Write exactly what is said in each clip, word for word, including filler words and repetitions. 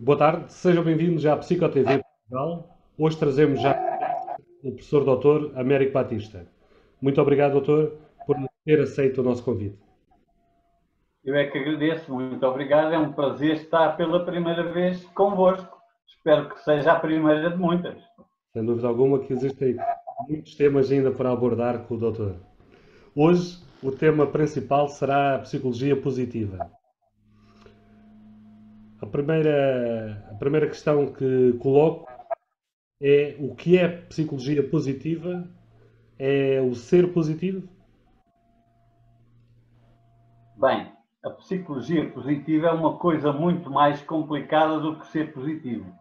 Boa tarde, sejam bem-vindos à Psico-T V Portugal. Hoje trazemos já o professor doutor Américo Batista. Muito obrigado, doutor, por ter aceito o nosso convite. Eu é que agradeço, muito obrigado. É um prazer estar pela primeira vez convosco. Espero que seja a primeira de muitas. Sem dúvida alguma que existem muitos temas ainda para abordar com o doutor. Hoje, o tema principal será a psicologia positiva. A primeira, a primeira questão que coloco é o que é psicologia positiva? É o ser positivo? Bem, a psicologia positiva é uma coisa muito mais complicada do que ser positivo.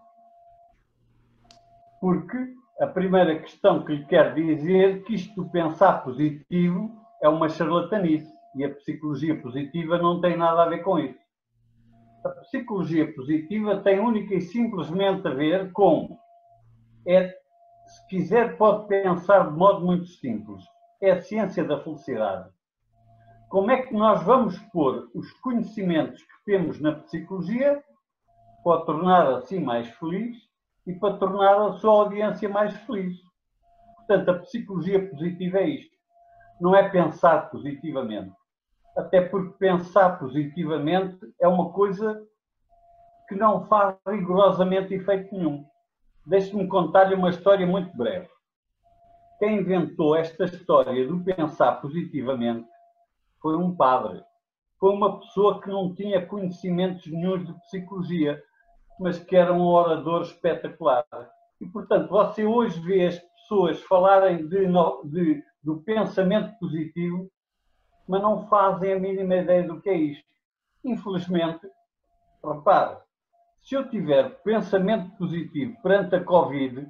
Porque a primeira questão que lhe quero dizer é que isto do pensar positivo é uma charlatanice e a psicologia positiva não tem nada a ver com isso. A psicologia positiva tem única e simplesmente a ver com, é, se quiser pode pensar de modo muito simples, é a ciência da felicidade. Como é que nós vamos pôr os conhecimentos que temos na psicologia para tornar assim mais feliz e para tornar a sua audiência mais feliz? Portanto, a psicologia positiva é isto. Não é pensar positivamente. Até porque pensar positivamente é uma coisa que não faz rigorosamente efeito nenhum. Deixe-me contar-lhe uma história muito breve. Quem inventou esta história do pensar positivamente foi um padre. Foi uma pessoa que não tinha conhecimentos nenhuns de psicologia, mas que era um orador espetacular. E, portanto, você hoje vê as pessoas falarem de, de, do pensamento positivo, mas não fazem a mínima ideia do que é isto. Infelizmente, repare, se eu tiver pensamento positivo perante a Covid,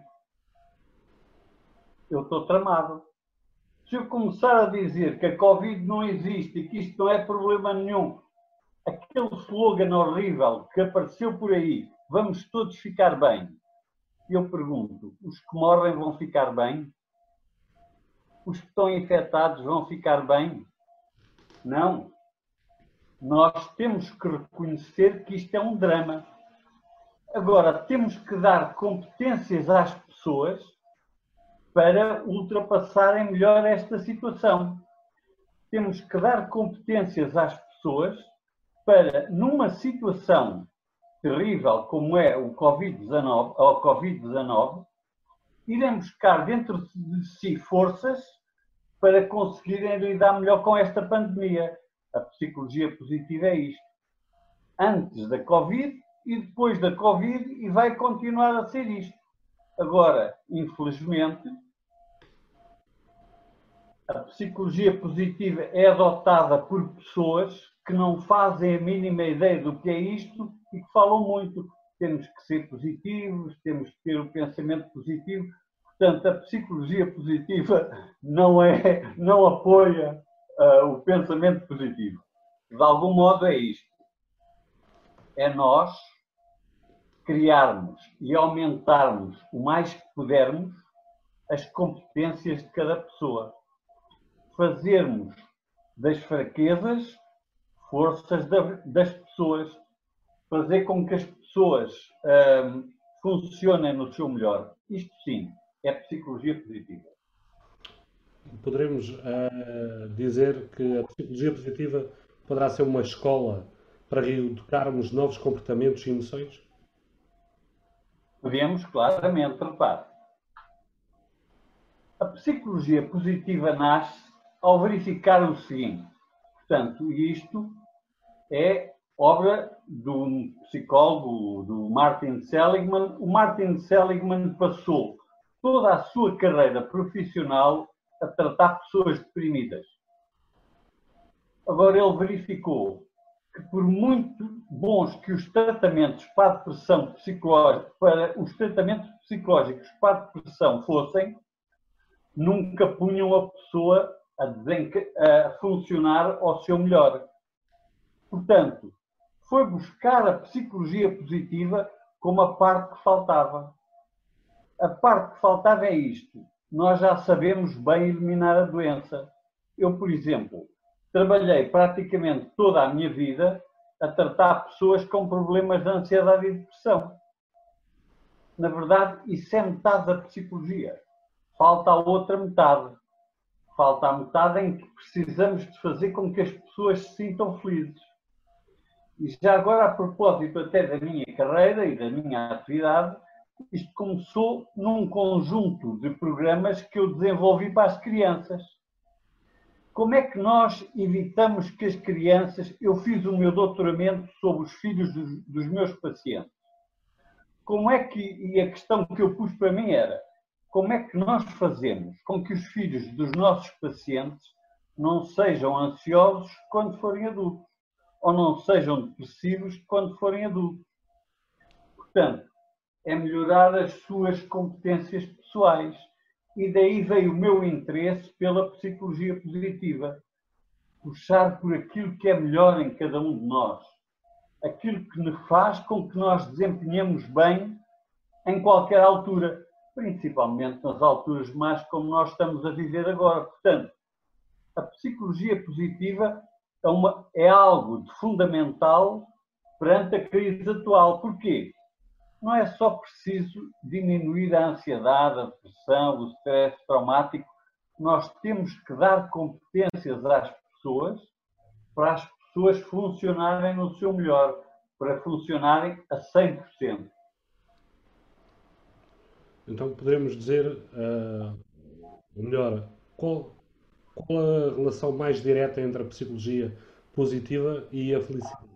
eu estou tramado. Se eu começar a dizer que a Covid não existe e que isto não é problema nenhum, aquele slogan horrível que apareceu por aí, vamos todos ficar bem, eu pergunto, os que morrem vão ficar bem? Os que estão infectados vão ficar bem? Não. Nós temos que reconhecer que isto é um drama. Agora, temos que dar competências às pessoas para ultrapassarem melhor esta situação. Temos que dar competências às pessoas para, numa situação terrível como é o Covid dezanove, ou Covid dezanove, irem buscar dentro de si forças para conseguirem lidar melhor com esta pandemia. A psicologia positiva é isto. Antes da Covid e depois da Covid, e vai continuar a ser isto. Agora, infelizmente, a psicologia positiva é adotada por pessoas que não fazem a mínima ideia do que é isto e que falam muito. Temos que ser positivos, temos que ter o pensamento positivo. Portanto, a psicologia positiva não, é, não apoia uh, o pensamento positivo. De algum modo é isto. É nós criarmos e aumentarmos o mais que pudermos as competências de cada pessoa. Fazermos das fraquezas forças das pessoas, fazer com que as pessoas hum, funcionem no seu melhor. Isto sim, é psicologia positiva. Poderemos uh, dizer que a psicologia positiva poderá ser uma escola para reeducarmos novos comportamentos e emoções? Podemos, claramente, repare. A psicologia positiva nasce ao verificar o seguinte. Portanto, isto é obra do psicólogo, do Martin Seligman. O Martin Seligman passou toda a sua carreira profissional a tratar pessoas deprimidas. Agora ele verificou que por muito bons que os tratamentos para a depressão psicológica, para os tratamentos psicológicos para a depressão fossem, nunca punham a pessoa a, a funcionar ao seu melhor. Portanto, foi buscar a psicologia positiva como a parte que faltava. A parte que faltava é isto. Nós já sabemos bem eliminar a doença. Eu, por exemplo, trabalhei praticamente toda a minha vida a tratar pessoas com problemas de ansiedade e depressão. Na verdade, isso é metade da psicologia. Falta a outra metade. Falta a metade em que precisamos de fazer com que as pessoas se sintam felizes. E já agora, a propósito até da minha carreira e da minha atividade, isto começou num conjunto de programas que eu desenvolvi para as crianças. Como é que nós evitamos que as crianças... Eu fiz o meu doutoramento sobre os filhos dos, dos meus pacientes. Como é que... E a questão que eu pus para mim era: como é que nós fazemos com que os filhos dos nossos pacientes não sejam ansiosos quando forem adultos? Ou não sejam depressivos quando forem adultos? Portanto, é melhorar as suas competências pessoais. E daí veio o meu interesse pela psicologia positiva. Puxar por aquilo que é melhor em cada um de nós. Aquilo que nos faz com que nós desempenhemos bem em qualquer altura. Principalmente nas alturas mais como nós estamos a viver agora. Portanto, a psicologia positiva é, uma, é algo de fundamental perante a crise atual. Porquê? Não é só preciso diminuir a ansiedade, a depressão, o stress traumático. Nós temos que dar competências às pessoas para as pessoas funcionarem no seu melhor, para funcionarem a cem por cento. Então poderemos dizer, uh, ou melhor, qual, qual a relação mais direta entre a psicologia positiva e a felicidade?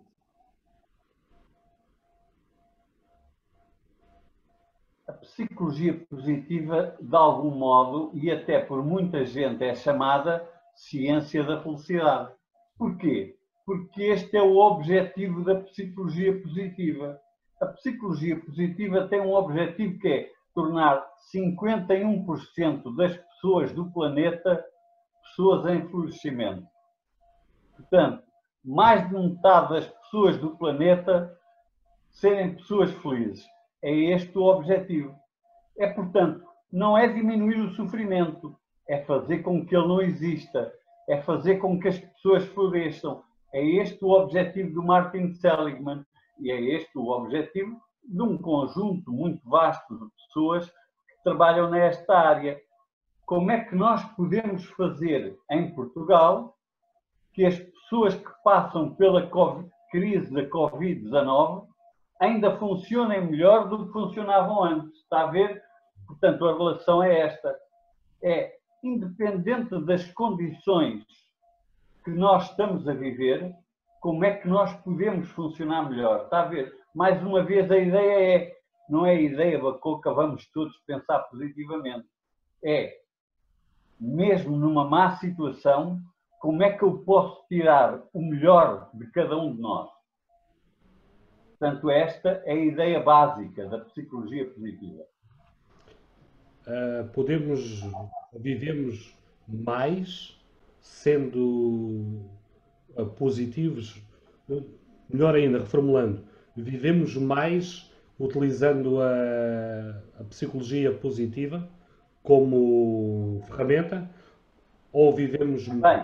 A psicologia positiva, de algum modo, e até por muita gente, é chamada ciência da felicidade. Porquê? Porque este é o objetivo da psicologia positiva. A psicologia positiva tem um objetivo que é tornar cinquenta e um por cento das pessoas do planeta pessoas em florescimento. Portanto, mais de metade das pessoas do planeta serem pessoas felizes. É este o objetivo. É, portanto, não é diminuir o sofrimento, é fazer com que ele não exista, é fazer com que as pessoas floresçam. É este o objetivo do Martin Seligman e é este o objetivo de um conjunto muito vasto de pessoas que trabalham nesta área. Como é que nós podemos fazer em Portugal que as pessoas que passam pela crise da covid dezanove ainda funcionem melhor do que funcionavam antes? Está a ver? Portanto, a relação é esta. É, independente das condições que nós estamos a viver, como é que nós podemos funcionar melhor? Está a ver? Mais uma vez, a ideia é, não é a ideia bacoca, vamos todos pensar positivamente. É, mesmo numa má situação, como é que eu posso tirar o melhor de cada um de nós? Portanto, esta é a ideia básica da psicologia positiva. Uh, podemos, vivemos mais sendo uh, positivos, melhor ainda, reformulando, vivemos mais utilizando a, a psicologia positiva como ferramenta ou vivemos... Bem,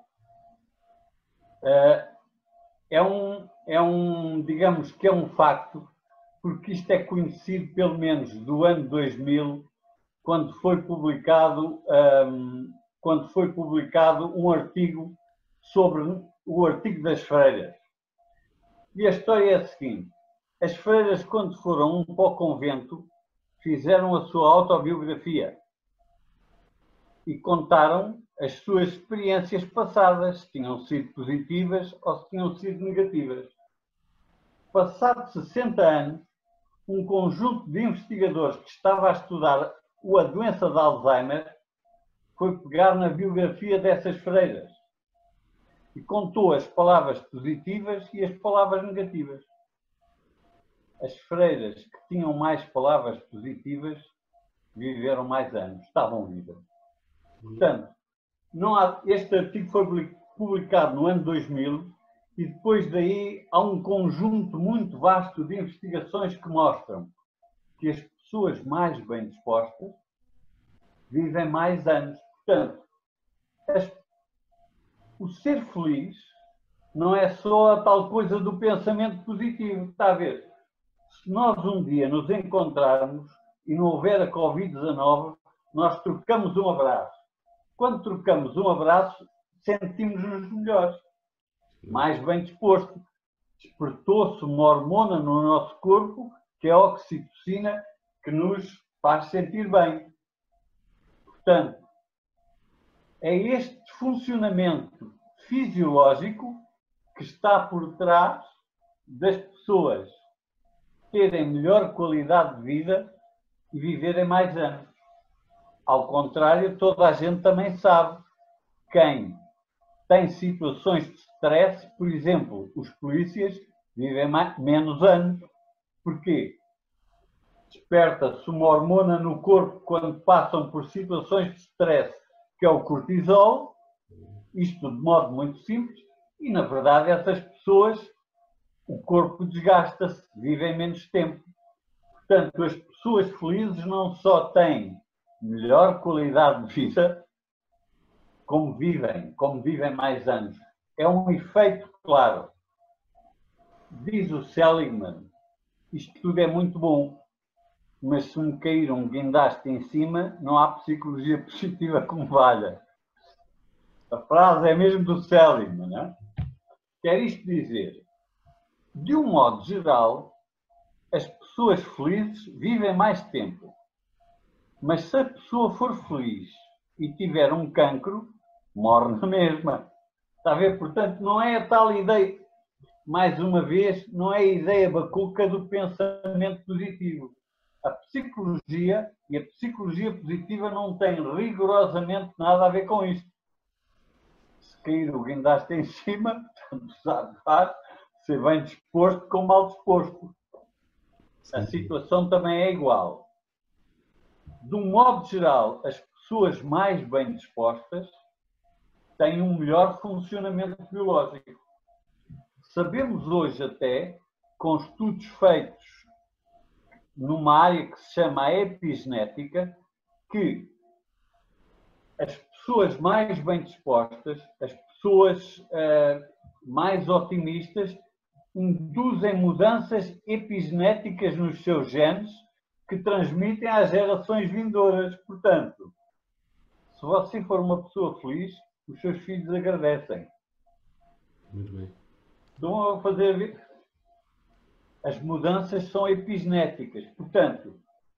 uh, é um, é um, digamos que é um facto, porque isto é conhecido pelo menos do ano dois mil, quando foi publicado, um, quando foi publicado um artigo sobre o artigo das freiras. E a história é a seguinte: as freiras, quando foram para o convento, fizeram a sua autobiografia e contaram as suas experiências passadas, se tinham sido positivas ou se tinham sido negativas. Passados sessenta anos, um conjunto de investigadores que estava a estudar a doença de Alzheimer foi pegar na biografia dessas freiras e contou as palavras positivas e as palavras negativas. As freiras que tinham mais palavras positivas viveram mais anos, estavam vivas. Portanto, não há, este artigo foi publicado no ano dois mil e depois daí há um conjunto muito vasto de investigações que mostram que as pessoas mais bem dispostas vivem mais anos. Portanto, as, o ser feliz não é só a tal coisa do pensamento positivo, está a ver? Se nós um dia nos encontrarmos e não houver a covid dezanove, nós trocamos um abraço. Quando trocamos um abraço, sentimos-nos melhores, mais bem dispostos. Despertou-se uma hormona no nosso corpo, que é a oxitocina, que nos faz sentir bem. Portanto, é este funcionamento fisiológico que está por trás das pessoas terem melhor qualidade de vida e viverem mais anos. Ao contrário, toda a gente também sabe, quem tem situações de stress, por exemplo, os polícias vivem mais, menos anos. Porquê? Desperta-se uma hormona no corpo quando passam por situações de stress, que é o cortisol, isto de modo muito simples, e na verdade essas pessoas, o corpo desgasta-se, vivem menos tempo. Portanto, as pessoas felizes não só têm melhor qualidade de vida, como vivem, como vivem mais anos. É um efeito claro. Diz o Seligman, isto tudo é muito bom, mas se me cair um guindaste em cima, não há psicologia positiva que me valha. A frase é mesmo do Seligman, não é? Quer isto dizer, de um modo geral, as pessoas felizes vivem mais tempo. Mas se a pessoa for feliz e tiver um cancro, morre na mesma. Está a ver? Portanto, não é a tal ideia, mais uma vez, não é a ideia bacuca do pensamento positivo. A psicologia e a psicologia positiva não têm rigorosamente nada a ver com isto. Se cair o guindaste em cima, tanto sabe dar, ser bem disposto como mal disposto. A situação também é igual. De um modo geral, as pessoas mais bem dispostas têm um melhor funcionamento biológico. Sabemos hoje até, com estudos feitos numa área que se chama a epigenética, que as pessoas mais bem dispostas, as pessoas uh, mais otimistas, induzem mudanças epigenéticas nos seus genes que transmitem às gerações vindouras. Portanto, se você for uma pessoa feliz, os seus filhos agradecem. Muito bem. Estão a fazer... As mudanças são epigenéticas. Portanto,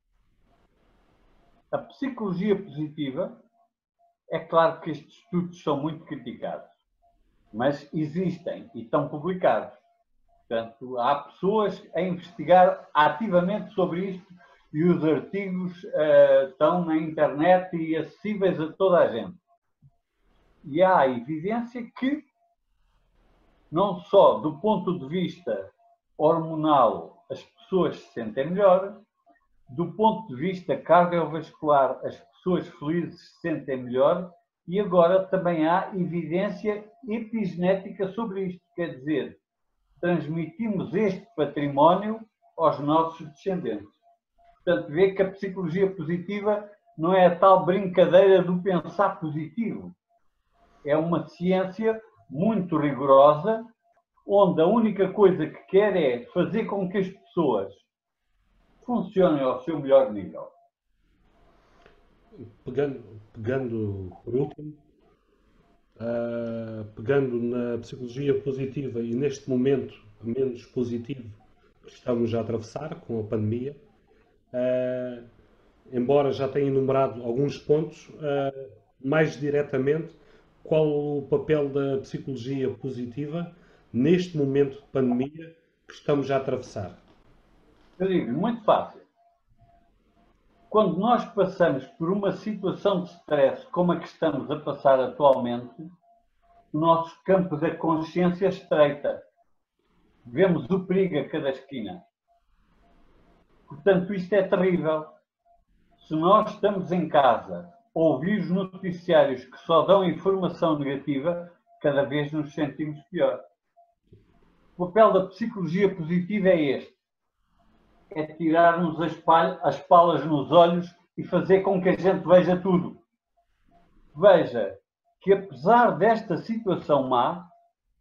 a psicologia positiva, é claro que estes estudos são muito criticados, mas existem e estão publicados. Portanto, há pessoas a investigar ativamente sobre isto e os artigos uh, estão na internet e acessíveis a toda a gente. E há evidência que, não só do ponto de vista hormonal, as pessoas se sentem melhor, do ponto de vista cardiovascular, as pessoas felizes se sentem melhor, e agora também há evidência epigenética sobre isto. Quer dizer, transmitimos este património aos nossos descendentes. Portanto, vê que a psicologia positiva não é a tal brincadeira do pensar positivo. É uma ciência muito rigorosa, onde a única coisa que quer é fazer com que as pessoas funcionem ao seu melhor nível. Pegando, pegando por último, uh, pegando na psicologia positiva e neste momento menos positivo que estamos a atravessar com a pandemia, uh, embora já tenha enumerado alguns pontos, uh, mais diretamente, qual o papel da psicologia positiva neste momento de pandemia que estamos a atravessar? Eu digo, muito fácil. Quando nós passamos por uma situação de stress como a que estamos a passar atualmente, o nosso campo da consciência estreita. Vemos o perigo a cada esquina. Portanto, isto é terrível. Se nós estamos em casa, ouvir os noticiários que só dão informação negativa, cada vez nos sentimos pior. O papel da psicologia positiva é este. É tirar-nos as, as palas nos olhos e fazer com que a gente veja tudo. Veja que, apesar desta situação má,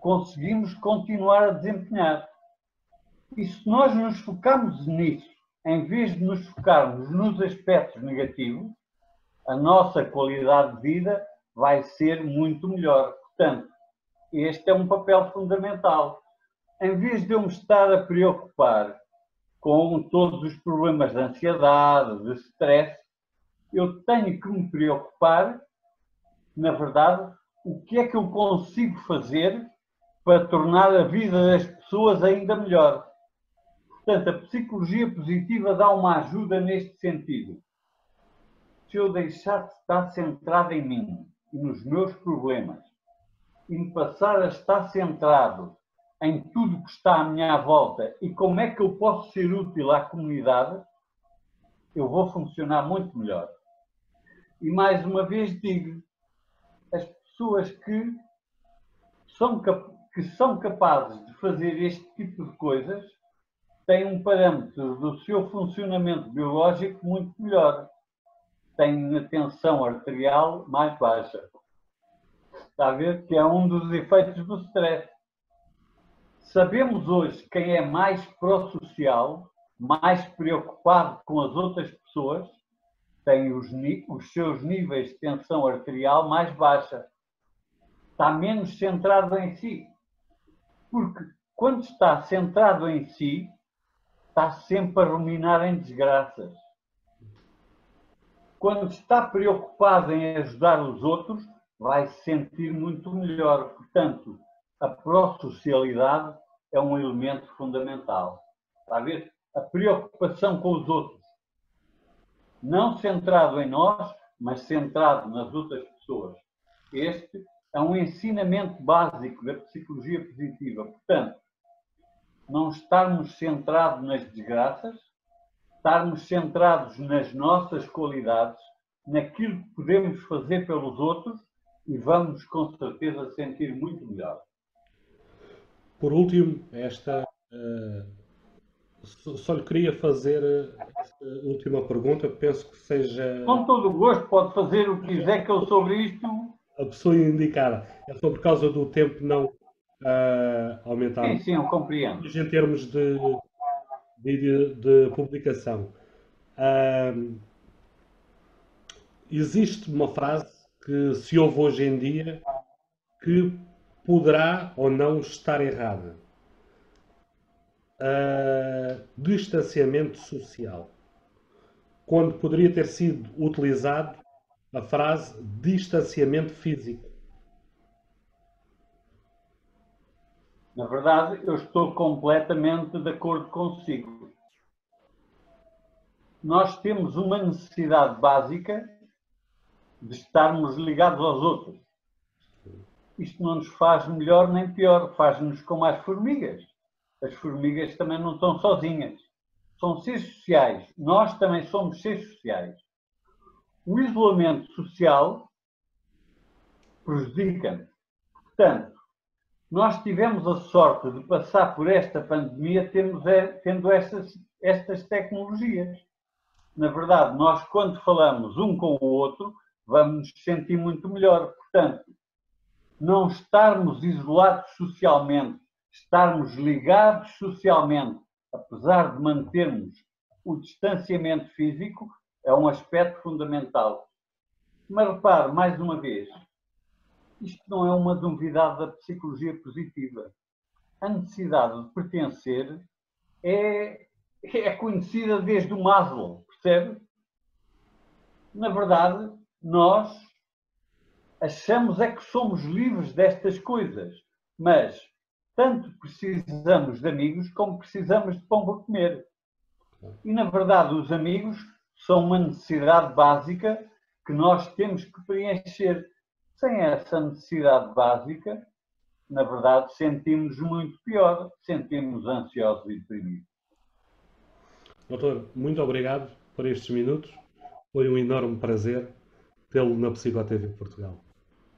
conseguimos continuar a desempenhar. E se nós nos focarmos nisso, em vez de nos focarmos nos aspectos negativos, a nossa qualidade de vida vai ser muito melhor. Portanto, este é um papel fundamental. Em vez de eu me estar a preocupar com todos os problemas de ansiedade, de stress, eu tenho que me preocupar, na verdade, o que é que eu consigo fazer para tornar a vida das pessoas ainda melhor. Portanto, a psicologia positiva dá uma ajuda neste sentido. Se eu deixar de estar centrado em mim e nos meus problemas e me passar a estar centrado em tudo que está à minha volta e como é que eu posso ser útil à comunidade, eu vou funcionar muito melhor. E mais uma vez digo, as pessoas que são, que são capazes de fazer este tipo de coisas têm um parâmetro do seu funcionamento biológico muito melhor. Têm a tensão arterial mais baixa. Está a ver? Que é um dos efeitos do stress. Sabemos hoje quem é mais pró-social, mais preocupado com as outras pessoas, tem os, os seus níveis de tensão arterial mais baixa. Está menos centrado em si. Porque quando está centrado em si, está sempre a ruminar em desgraças. Quando está preocupado em ajudar os outros, vai se sentir muito melhor. Portanto, a pró-socialidade é um elemento fundamental. Está a ver? A preocupação com os outros. Não centrado em nós, mas centrado nas outras pessoas. Este é um ensinamento básico da psicologia positiva. Portanto, não estarmos centrados nas desgraças, estarmos centrados nas nossas qualidades, naquilo que podemos fazer pelos outros e vamos com certeza sentir muito melhor. Por último, esta, uh, só, só lhe queria fazer esta última pergunta, penso que seja... Com todo o gosto, pode fazer o que quiser, que eu sobre isto... A pessoa indicada. É só por causa do tempo não uh, aumentar. Sim, sim, eu compreendo. Em termos de, de, de publicação. Uh, existe uma frase que se ouve hoje em dia que poderá ou não estar errada. Uh, distanciamento social. Quando poderia ter sido utilizado a frase distanciamento físico. Na verdade, eu estou completamente de acordo consigo. Nós temos uma necessidade básica de estarmos ligados aos outros. Isto não nos faz melhor nem pior, faz-nos como as formigas. As formigas também não estão sozinhas. São seres sociais. Nós também somos seres sociais. O isolamento social prejudica-nos. Portanto, nós tivemos a sorte de passar por esta pandemia temos, tendo estas, estas tecnologias. Na verdade, nós quando falamos um com o outro, vamos nos sentir muito melhor. Portanto, não estarmos isolados socialmente, estarmos ligados socialmente, apesar de mantermos o distanciamento físico, é um aspecto fundamental. Mas repare, mais uma vez, isto não é uma novidade da psicologia positiva. A necessidade de pertencer é, é conhecida desde o Maslow, percebe? Na verdade, nós achamos é que somos livres destas coisas, mas tanto precisamos de amigos como precisamos de pão para comer. E, na verdade, os amigos são uma necessidade básica que nós temos que preencher. Sem essa necessidade básica, na verdade, sentimos muito pior, sentimos ansiosos e deprimidos. Doutor, muito obrigado por estes minutos. Foi um enorme prazer tê-lo na Psico-T V Portugal.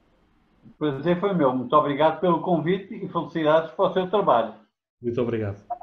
O prazer foi meu. Muito obrigado pelo convite e felicidades para o seu trabalho. Muito obrigado.